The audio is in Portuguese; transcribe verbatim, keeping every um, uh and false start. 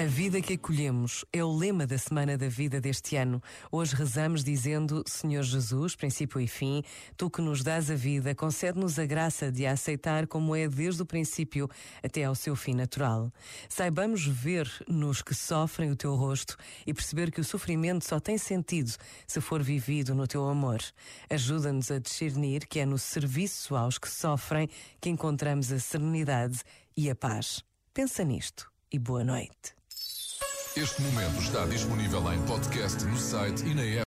A vida que acolhemos é o lema da Semana da Vida deste ano. Hoje rezamos dizendo: Senhor Jesus, princípio e fim, Tu que nos dás a vida, concede-nos a graça de a aceitar como é desde o princípio até ao seu fim natural. Saibamos ver nos que sofrem o Teu rosto e perceber que o sofrimento só tem sentido se for vivido no Teu amor. Ajuda-nos a discernir que é no serviço aos que sofrem que encontramos a serenidade e a paz. Pensa nisto e boa noite. Este momento está disponível em podcast no site e na app.